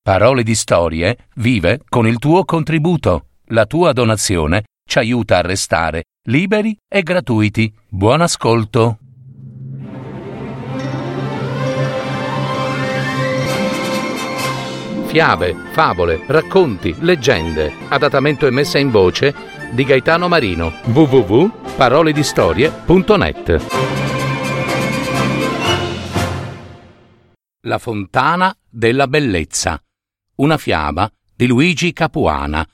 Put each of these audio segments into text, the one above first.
Parole di Storie vive con il tuo contributo. La tua donazione ci aiuta a restare liberi e gratuiti. Buon ascolto. Fiabe, favole, racconti, leggende. Adattamento e messa in voce di Gaetano Marino. www.paroledistorie.net. La fontana della bellezza. Una fiaba di Luigi Capuana.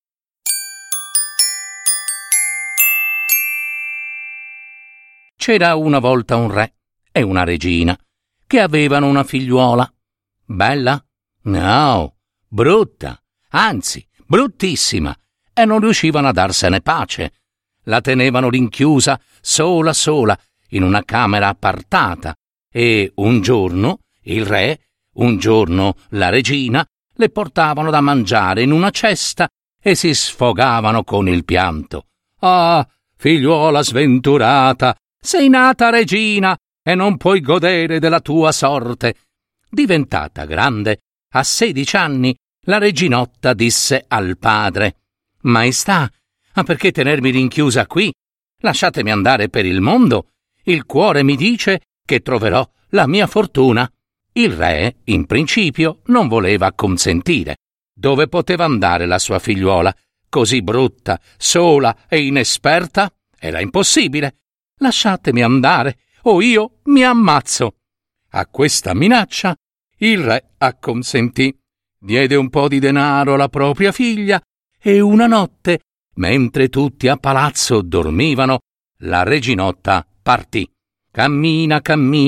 C'era una volta un re e una regina che avevano una figliuola. Bella? No, brutta, anzi, bruttissima, e non riuscivano a darsene pace. La tenevano rinchiusa sola in una camera appartata e un giorno il re, un giorno la regina le portavano da mangiare in una cesta e si sfogavano con il pianto. «Ah, figliuola sventurata, sei nata regina e non puoi godere della tua sorte». Diventata grande, a 16 anni, la reginotta disse al padre: «Maestà, ma perché tenermi rinchiusa qui? Lasciatemi andare per il mondo. Il cuore mi dice che troverò la mia fortuna». Il re, in principio, non voleva consentire. Dove poteva andare la sua figliuola? Così brutta, sola e inesperta? Era impossibile. «Lasciatemi andare, o io mi ammazzo». A questa minaccia il re acconsentì, diede un po' di denaro alla propria figlia e una notte, mentre tutti a palazzo dormivano, la reginotta partì. Cammina,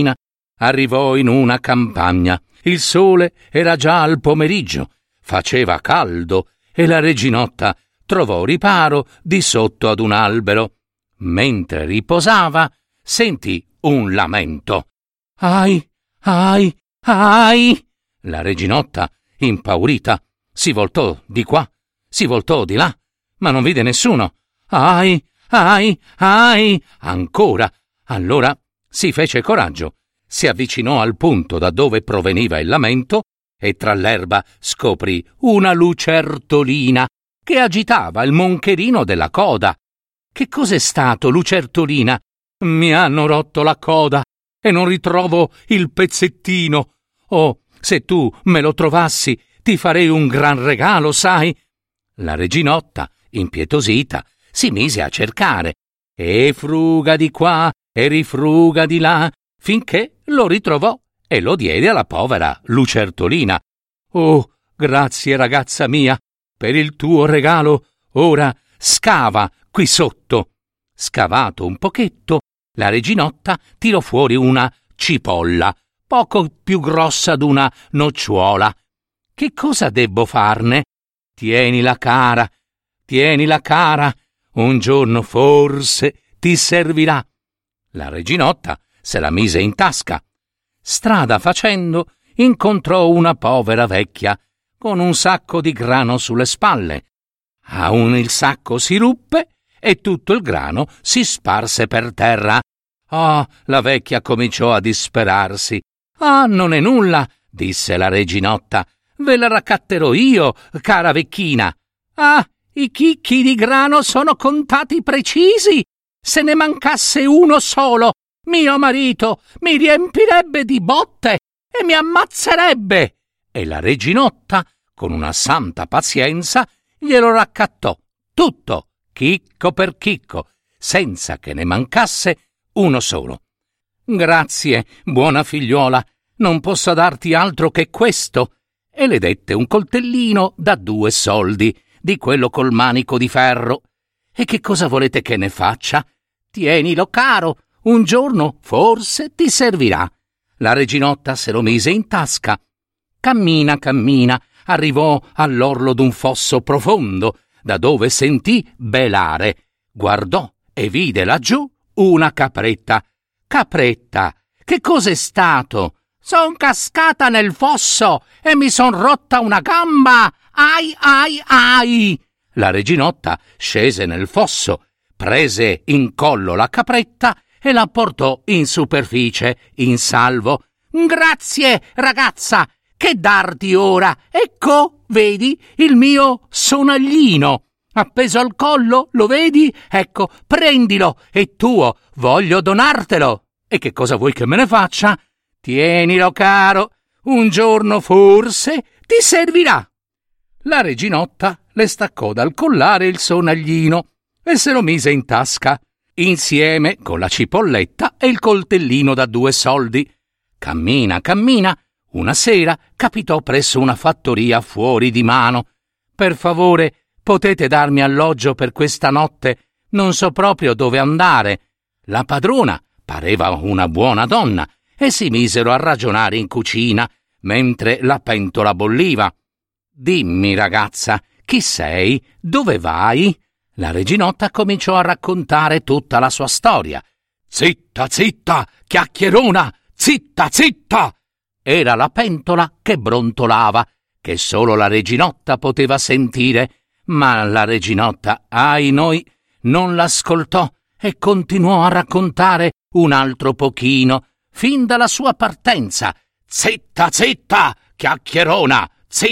arrivò in una campagna. Il sole era già al pomeriggio, faceva caldo e la reginotta trovò riparo di sotto ad un albero. Mentre riposava, sentì un lamento. «Ai, ai, ai!» La reginotta, impaurita, si voltò di qua, si voltò di là, ma non vide nessuno. «Ai, ai, ai!» Ancora. Allora si fece coraggio, si avvicinò al punto da dove proveniva il lamento e tra l'erba scoprì una lucertolina che agitava il moncherino della coda. «Che cos'è stato, lucertolina?» «Mi hanno rotto la coda e non ritrovo il pezzettino. Oh, se tu me lo trovassi, ti farei un gran regalo, sai?» La reginotta, impietosita, si mise a cercare e fruga di qua e rifruga di là finché lo ritrovò e lo diede alla povera lucertolina. «Oh, grazie ragazza mia per il tuo regalo. Ora scava qui sotto». Scavato un pochetto, la reginotta tirò fuori una cipolla, poco più grossa d'una nocciola. «Che cosa debbo farne?» Tienila cara, un giorno forse ti servirà». La reginotta se la mise in tasca. Strada facendo, incontrò una povera vecchia con un sacco di grano sulle spalle. Il sacco si ruppe e tutto il grano si sparse per terra. La vecchia cominciò a disperarsi. «Non è nulla», disse la reginotta. «Ve la raccatterò io, cara vecchina». «I chicchi di grano sono contati precisi. Se ne mancasse uno solo, mio marito mi riempirebbe di botte e mi ammazzerebbe». E la reginotta, con una santa pazienza, glielo raccattò tutto, chicco per chicco, senza che ne mancasse uno solo. «Grazie, buona figliuola, non posso darti altro che questo». E le dette un coltellino da 2 soldi, di quello col manico di ferro. «E che cosa volete che ne faccia?» «Tienilo caro, un giorno forse ti servirà». La reginotta se lo mise in tasca. Cammina, arrivò all'orlo d'un fosso profondo, da dove sentì belare. Guardò e vide laggiù una capretta. «Capretta, che cos'è stato?» «Son cascata nel fosso e mi son rotta una gamba! Ai, ai, ai!» La reginotta scese nel fosso, prese in collo la capretta e la portò in superficie, in salvo. «Grazie, ragazza! che darti ora? Ecco, vedi, il mio sonaglino. Appeso al collo, lo vedi? Ecco, prendilo, è tuo, voglio donartelo. E che cosa vuoi che me ne faccia? Tienilo, caro, un giorno forse ti servirà. La reginotta le staccò dal collare il sonaglino e se lo mise in tasca, insieme con la cipolletta e il coltellino da 2 soldi. Cammina, una sera capitò presso una fattoria fuori di mano. Per favore, potete darmi alloggio per questa notte? Non so proprio dove andare. La padrona pareva una buona donna e si misero a ragionare in cucina mentre la pentola bolliva. Dimmi, ragazza, chi sei? Dove vai? La reginotta cominciò a raccontare tutta la sua storia. Zitta, chiacchierona! Zitta! Era la pentola che brontolava, che solo la reginotta poteva sentire, ma la reginotta, ai noi, non l'ascoltò e continuò a raccontare un altro pochino, fin dalla sua partenza. Zitta, chiacchierona!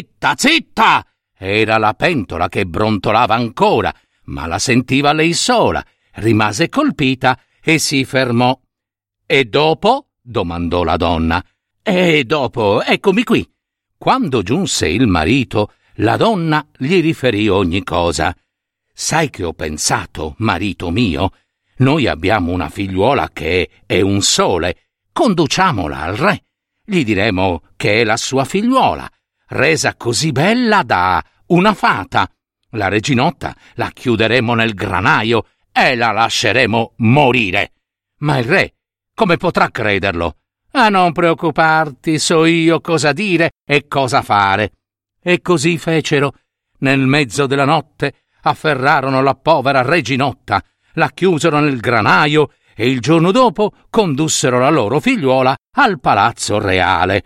Zitta! Era la pentola che brontolava ancora, ma la sentiva lei sola, rimase colpita e si fermò. E dopo? Domandò la donna. E dopo, eccomi qui. Quando giunse il marito, la donna gli riferì ogni cosa. Sai che ho pensato, marito mio? Noi abbiamo una figliuola che è un sole. Conduciamola al re. Gli diremo che è la sua figliuola, resa così bella da una fata. La reginotta la chiuderemo nel granaio e la lasceremo morire. Ma il re come potrà crederlo? Ah, non preoccuparti, so io cosa dire e cosa fare. E così fecero. Nel mezzo della notte afferrarono la povera reginotta, la chiusero nel granaio e il giorno dopo condussero la loro figliuola al palazzo reale.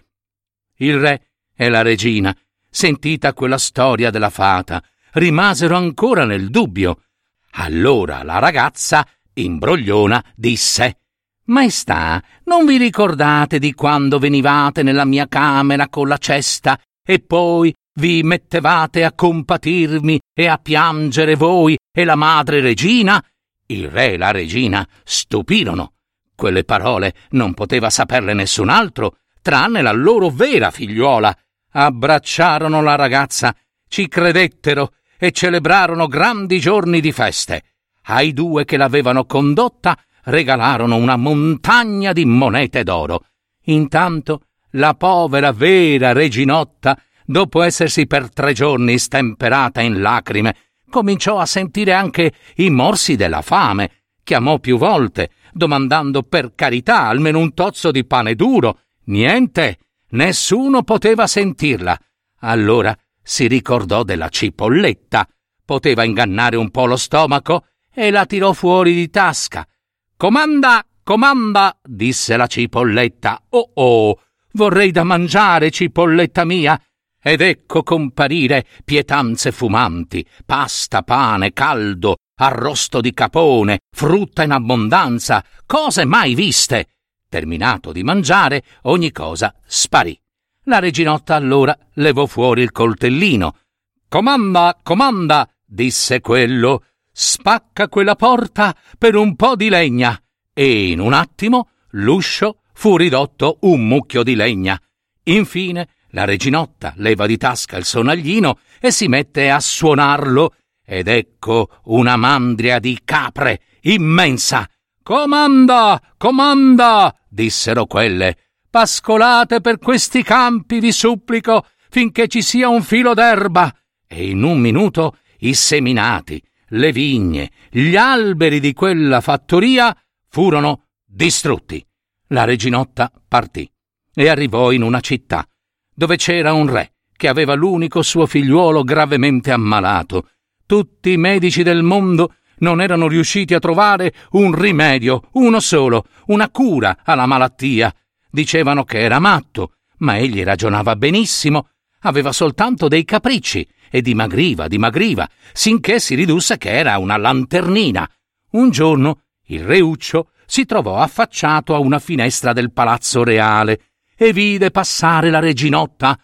Il re e la regina, sentita quella storia della fata, rimasero ancora nel dubbio. Allora la ragazza, imbrogliona, disse: «Maestà, non vi ricordate di quando venivate nella mia camera con la cesta e poi vi mettevate a compatirmi e a piangere voi e la madre regina?» Il re e la regina stupirono. Quelle parole non poteva saperle nessun altro, tranne la loro vera figliuola. Abbracciarono la ragazza, ci credettero e celebrarono grandi giorni di feste. Ai 2 che l'avevano condotta regalarono una montagna di monete d'oro. Intanto la povera vera reginotta, dopo essersi per 3 giorni stemperata in lacrime, cominciò a sentire anche i morsi della fame. Chiamò più volte, domandando per carità almeno un tozzo di pane duro. Niente, nessuno poteva sentirla. Allora si ricordò della cipolletta. Poteva ingannare un po' lo stomaco e la tirò fuori di tasca. «Comanda, disse la cipolletta. Oh, vorrei da mangiare, cipolletta mia!» Ed ecco comparire pietanze fumanti, pasta, pane caldo, arrosto di capone, frutta in abbondanza, cose mai viste. Terminato di mangiare, ogni cosa sparì. La reginotta allora levò fuori il coltellino. Comanda, disse quello, spacca quella porta per un po' di legna. E in un attimo l'uscio fu ridotto un mucchio di legna. Infine la reginotta leva di tasca il sonaglino e si mette a suonarlo, ed ecco una mandria di capre immensa. Comanda, dissero quelle. Pascolate per questi campi, vi supplico, finché ci sia un filo d'erba. E in un minuto i seminati, le vigne, gli alberi di quella fattoria furono distrutti. La reginotta partì e arrivò in una città dove c'era un re che aveva l'unico suo figliuolo gravemente ammalato. Tutti i medici del mondo non erano riusciti a trovare un rimedio, uno solo, una cura alla malattia. Dicevano che era matto, ma egli ragionava benissimo, aveva soltanto dei capricci e dimagriva, sinché si ridusse che era una lanternina. Un giorno il reuccio si trovò affacciato a una finestra del palazzo reale e vide passare la reginotta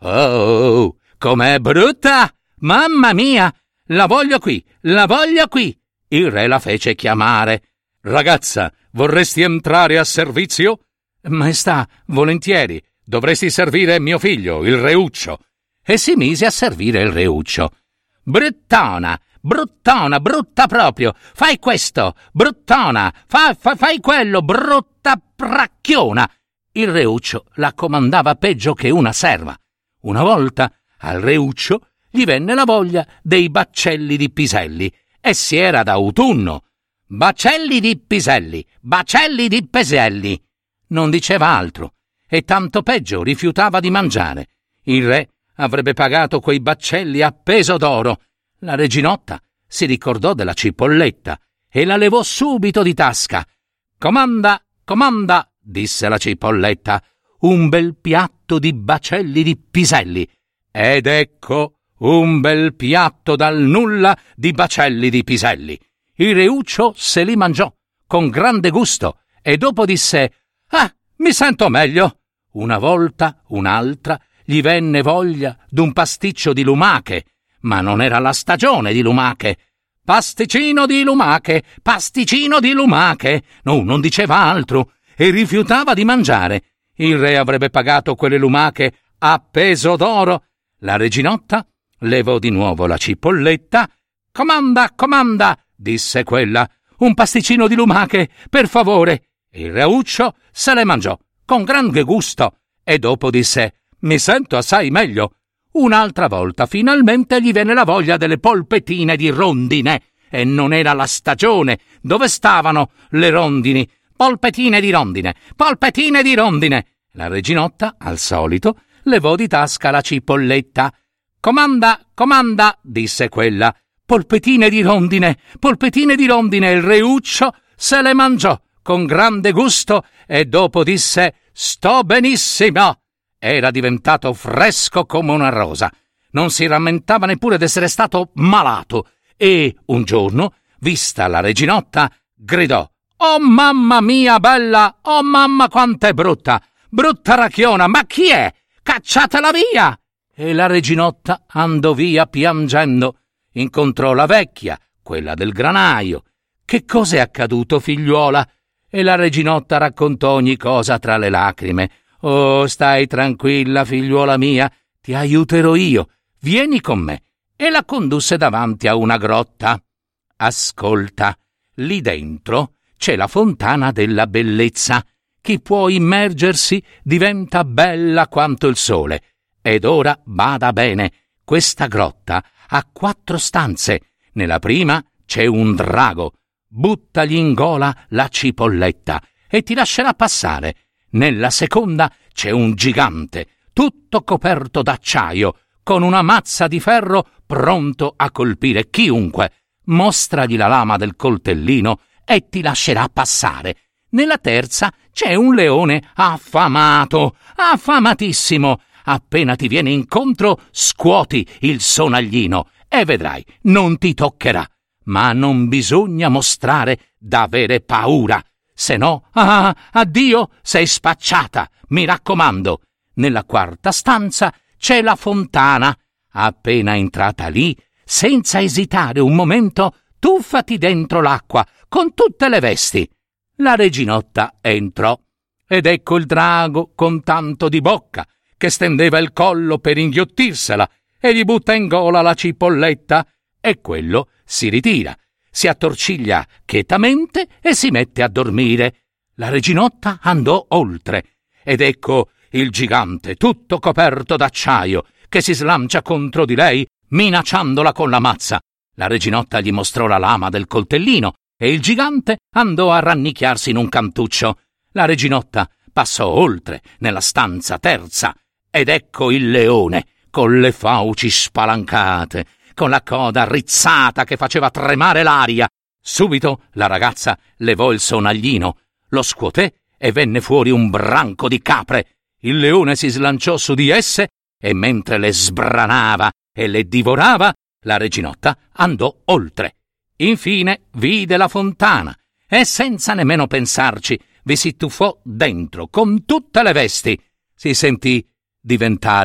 Oh, com'è brutta! Mamma mia! La voglio qui, la voglio qui! Il re la fece chiamare. Ragazza, vorresti entrare a servizio? Maestà, volentieri. Dovresti servire mio figlio, il reuccio. E si mise a servire il reuccio. Bruttona, bruttona, brutta proprio. Fai questo, bruttona, fai quello, brutta pracchiona. Il reuccio la comandava peggio che una serva. Una volta al reuccio gli venne la voglia dei baccelli di piselli e si era d'autunno. Bacelli di piselli, bacelli di peselli. Non diceva altro e tanto peggio rifiutava di mangiare. Il re avrebbe pagato quei baccelli a peso d'oro. La reginotta si ricordò della cipolletta e la levò subito di tasca. Comanda, comanda, disse la cipolletta, un bel piatto di bacelli di piselli. Ed ecco un bel piatto dal nulla di bacelli di piselli. Il reuccio se li mangiò con grande gusto e dopo disse: «Ah, mi sento meglio!» Una volta, un'altra, gli venne voglia d'un pasticcio di lumache, ma non era la stagione di lumache. «Pasticino di lumache, pasticino di lumache!» No, non diceva altro e rifiutava di mangiare. Il re avrebbe pagato quelle lumache a peso d'oro. La reginotta levò di nuovo la cipolletta. «Comanda, comanda!» disse quella. «Un pasticino di lumache, per favore!» Il reuccio se le mangiò con grande gusto e dopo disse: «Mi sento assai meglio». Un'altra volta finalmente gli venne la voglia delle polpettine di rondine e non era la stagione. Dove stavano le rondini? Polpettine di rondine, polpettine di rondine. La reginotta, al solito, levò di tasca la cipolletta. «Comanda, comanda!» disse quella. «Polpettine di rondine, polpettine di rondine!» Il reuccio se le mangiò con grande gusto e dopo disse: «Sto benissimo!» Era diventato fresco come una rosa. Non si rammentava neppure d'essere stato malato e un giorno, vista la reginotta, gridò: «Oh mamma mia bella! Oh mamma quant'è brutta! Brutta racchiona! Ma chi è? Cacciatela via!» E la reginotta andò via piangendo. Incontrò la vecchia, quella del granaio. «Che cos'è accaduto, figliuola?» E la reginotta raccontò ogni cosa tra le lacrime. «Oh, stai tranquilla, figliuola mia, ti aiuterò io. Vieni con me». E la condusse davanti a una grotta. «Ascolta, lì dentro c'è la fontana della bellezza. Chi può immergersi diventa bella quanto il sole. Ed ora bada bene, questa grotta ha 4 stanze. Nella prima c'è un drago. Buttagli in gola la cipolletta e ti lascerà passare. Nella seconda c'è un gigante, tutto coperto d'acciaio, con una mazza di ferro pronto a colpire chiunque. Mostragli la lama del coltellino e ti lascerà passare. Nella terza c'è un leone affamato, affamatissimo. Appena ti viene incontro, scuoti il sonaglino e vedrai, non ti toccherà. Ma non bisogna mostrare d'avere paura, se no, addio, sei spacciata, mi raccomando. Nella quarta stanza c'è la fontana. Appena entrata lì, senza esitare un momento, tuffati dentro l'acqua con tutte le vesti». La reginotta entrò ed ecco il drago con tanto di bocca che stendeva il collo per inghiottirsela e gli butta in gola la cipolletta e quello si ritira, si attorciglia chetamente e si mette a dormire. La reginotta andò oltre ed ecco il gigante tutto coperto d'acciaio che si slancia contro di lei minacciandola con la mazza. La reginotta gli mostrò la lama del coltellino e il gigante andò a rannicchiarsi in un cantuccio. La reginotta passò oltre nella stanza terza ed ecco il leone con le fauci spalancate, con la coda rizzata che faceva tremare l'aria. Subito la ragazza levò il sonaglino, lo scuoté e venne fuori un branco di capre. Il leone si slanciò su di esse e mentre le sbranava e le divorava, la reginotta andò oltre. Infine vide la fontana e senza nemmeno pensarci vi si tuffò dentro con tutte le vesti. Si sentì diventare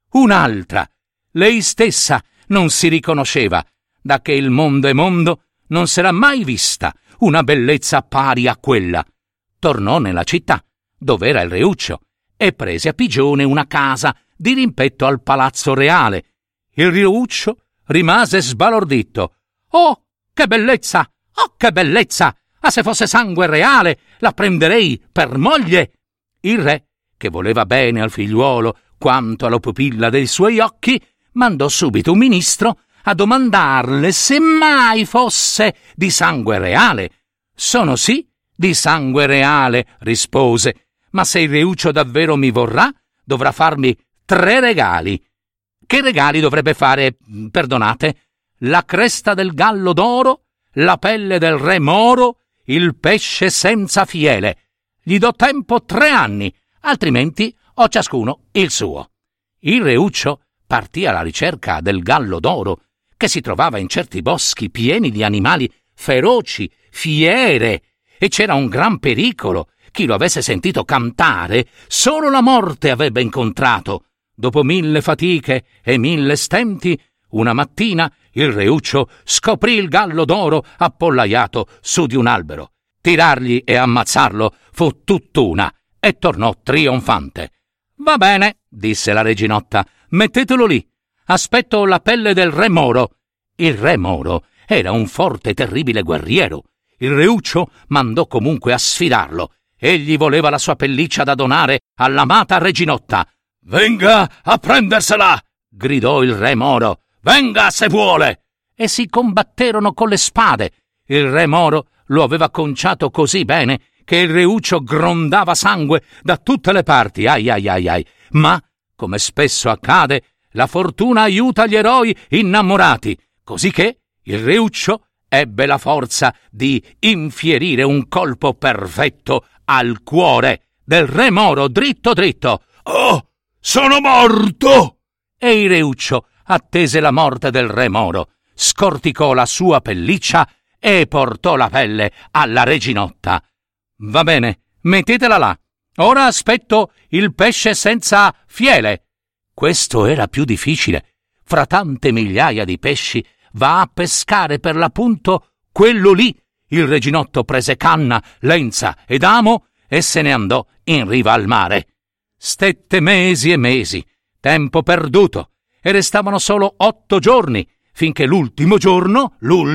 un'altra. Lei stessa non si riconosceva, da che il mondo è mondo non s'era mai vista una bellezza pari a quella. Tornò nella città, dov'era il reuccio, e prese a pigione una casa di rimpetto al palazzo reale. Il reuccio rimase sbalordito. «Oh, che bellezza! Oh, che bellezza! Ah, se fosse sangue reale, la prenderei per moglie!» Il re, che voleva bene al figliuolo quanto alla pupilla dei suoi occhi, mandò subito un ministro a domandarle se mai fosse di sangue reale. «Sono sì di sangue reale», rispose, «ma se il reuccio davvero mi vorrà, dovrà farmi 3 regali». «Che regali dovrebbe fare, perdonate?» «La cresta del gallo d'oro, la pelle del re Moro, il pesce senza fiele. Gli do tempo 3 anni, altrimenti ho ciascuno il suo». Il reuccio partì alla ricerca del gallo d'oro, che si trovava in certi boschi pieni di animali feroci, fiere, e c'era un gran pericolo. Chi lo avesse sentito cantare, solo la morte avrebbe incontrato. Dopo 1000 fatiche e 1000 stenti, una mattina il reuccio scoprì il gallo d'oro appollaiato su di un albero. Tirargli e ammazzarlo fu tutt'una e tornò trionfante. «Va bene», disse la reginotta, «mettetelo lì. Aspetto la pelle del re Moro». Il re Moro era un forte e terribile guerriero. Il reuccio mandò comunque a sfidarlo. Egli voleva la sua pelliccia da donare all'amata reginotta. «Venga a prendersela!» gridò il re Moro. «Venga se vuole!» E si combatterono con le spade. Il re Moro lo aveva conciato così bene che il reuccio grondava sangue da tutte le parti. Ai ai ai ai. Ma, come spesso accade, la fortuna aiuta gli eroi innamorati, cosicché il reuccio ebbe la forza di infierire un colpo perfetto al cuore del re Moro, dritto dritto. «Oh, sono morto!» E il reuccio attese la morte del re Moro, scorticò la sua pelliccia e portò la pelle alla reginotta. «Va bene, mettetela là. Ora aspetto il pesce senza fiele». Questo era più difficile. Fra tante migliaia di pesci va a pescare per l'appunto quello lì. Il reginotto prese canna, lenza ed amo e se ne andò in riva al mare. Stette mesi e mesi, tempo perduto, e restavano solo 8 giorni, finché l'ultimo giorno,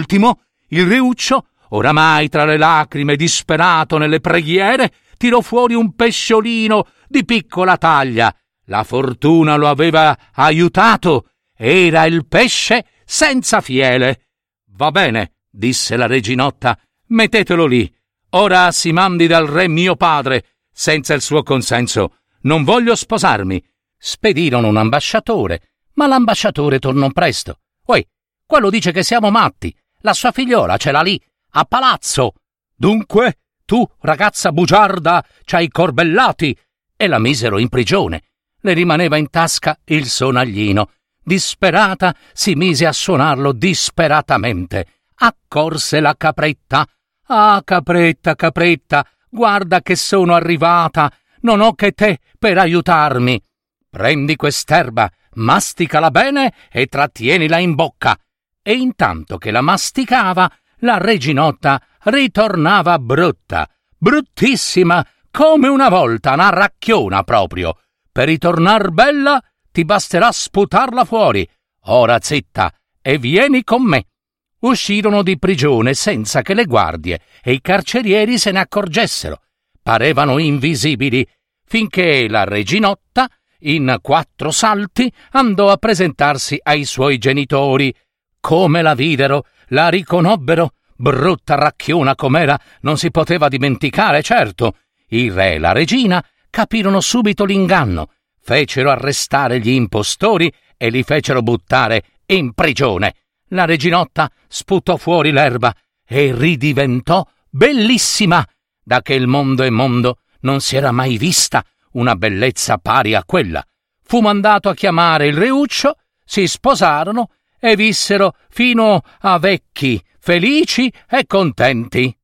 il reuccio, oramai tra le lacrime, disperato nelle preghiere, tirò fuori un pesciolino di piccola taglia. La fortuna lo aveva aiutato. Era il pesce senza fiele. «Va bene», disse la reginotta, «mettetelo lì. Ora si mandi dal re mio padre. Senza il suo consenso non voglio sposarmi». Spedirono un ambasciatore, ma l'ambasciatore tornò presto. «Uè, quello dice che siamo matti. La sua figliola ce l'ha lì, a palazzo». «Dunque, tu, ragazza bugiarda, c'hai corbellati». E la misero in prigione. Le rimaneva in tasca il sonaglino. Disperata si mise a suonarlo disperatamente. Accorse la capretta. «Ah, capretta, capretta, guarda che sono arrivata. Non ho che te per aiutarmi. Prendi quest'erba, masticala bene e trattienila in bocca». E intanto che la masticava, la reginotta ritornava brutta, bruttissima, come una volta, una racchiona proprio. Per ritornar bella ti basterà sputarla fuori. Ora zitta e vieni con me. Uscirono di prigione senza che le guardie e i carcerieri se ne accorgessero. Parevano invisibili, finché la reginotta, in 4 salti, andò a presentarsi ai suoi genitori. Come la videro, la riconobbero. Brutta racchiona com'era, non si poteva dimenticare, certo. Il re e la regina capirono subito l'inganno, fecero arrestare gli impostori e li fecero buttare in prigione. La reginotta sputò fuori l'erba e ridiventò bellissima. Da che il mondo è mondo non si era mai vista una bellezza pari a quella. Fu mandato a chiamare il reuccio, si sposarono e vissero fino a vecchi, felici e contenti.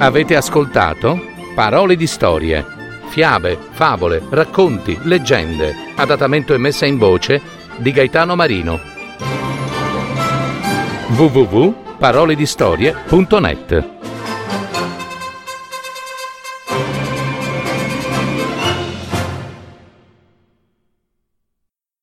Avete ascoltato Parole di Storie, fiabe, favole, racconti, leggende, adattamento e messa in voce di Gaetano Marino. www.paroledistorie.net